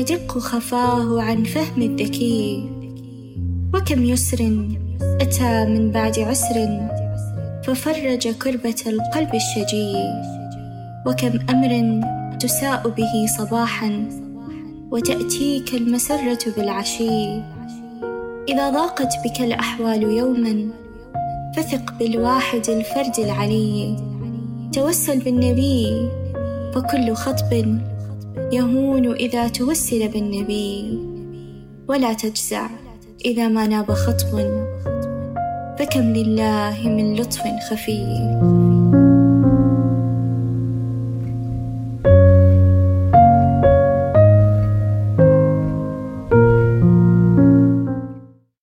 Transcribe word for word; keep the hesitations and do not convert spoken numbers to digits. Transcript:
يدق خفاه عن فهم الذكي. وكم يسر أتى من بعد عسر ففرج كربة القلب الشجي. وكم أمر تساء به صباحا وتأتيك المسرة بالعشي. إذا ضاقت بك الأحوال يوما فثق بالواحد الفرد العلي. توسل بالنبي فكل خطب يهون إذا توسل بالنبي. ولا تجزع إذا ما ناب خطب فكم لله من لطف خفي.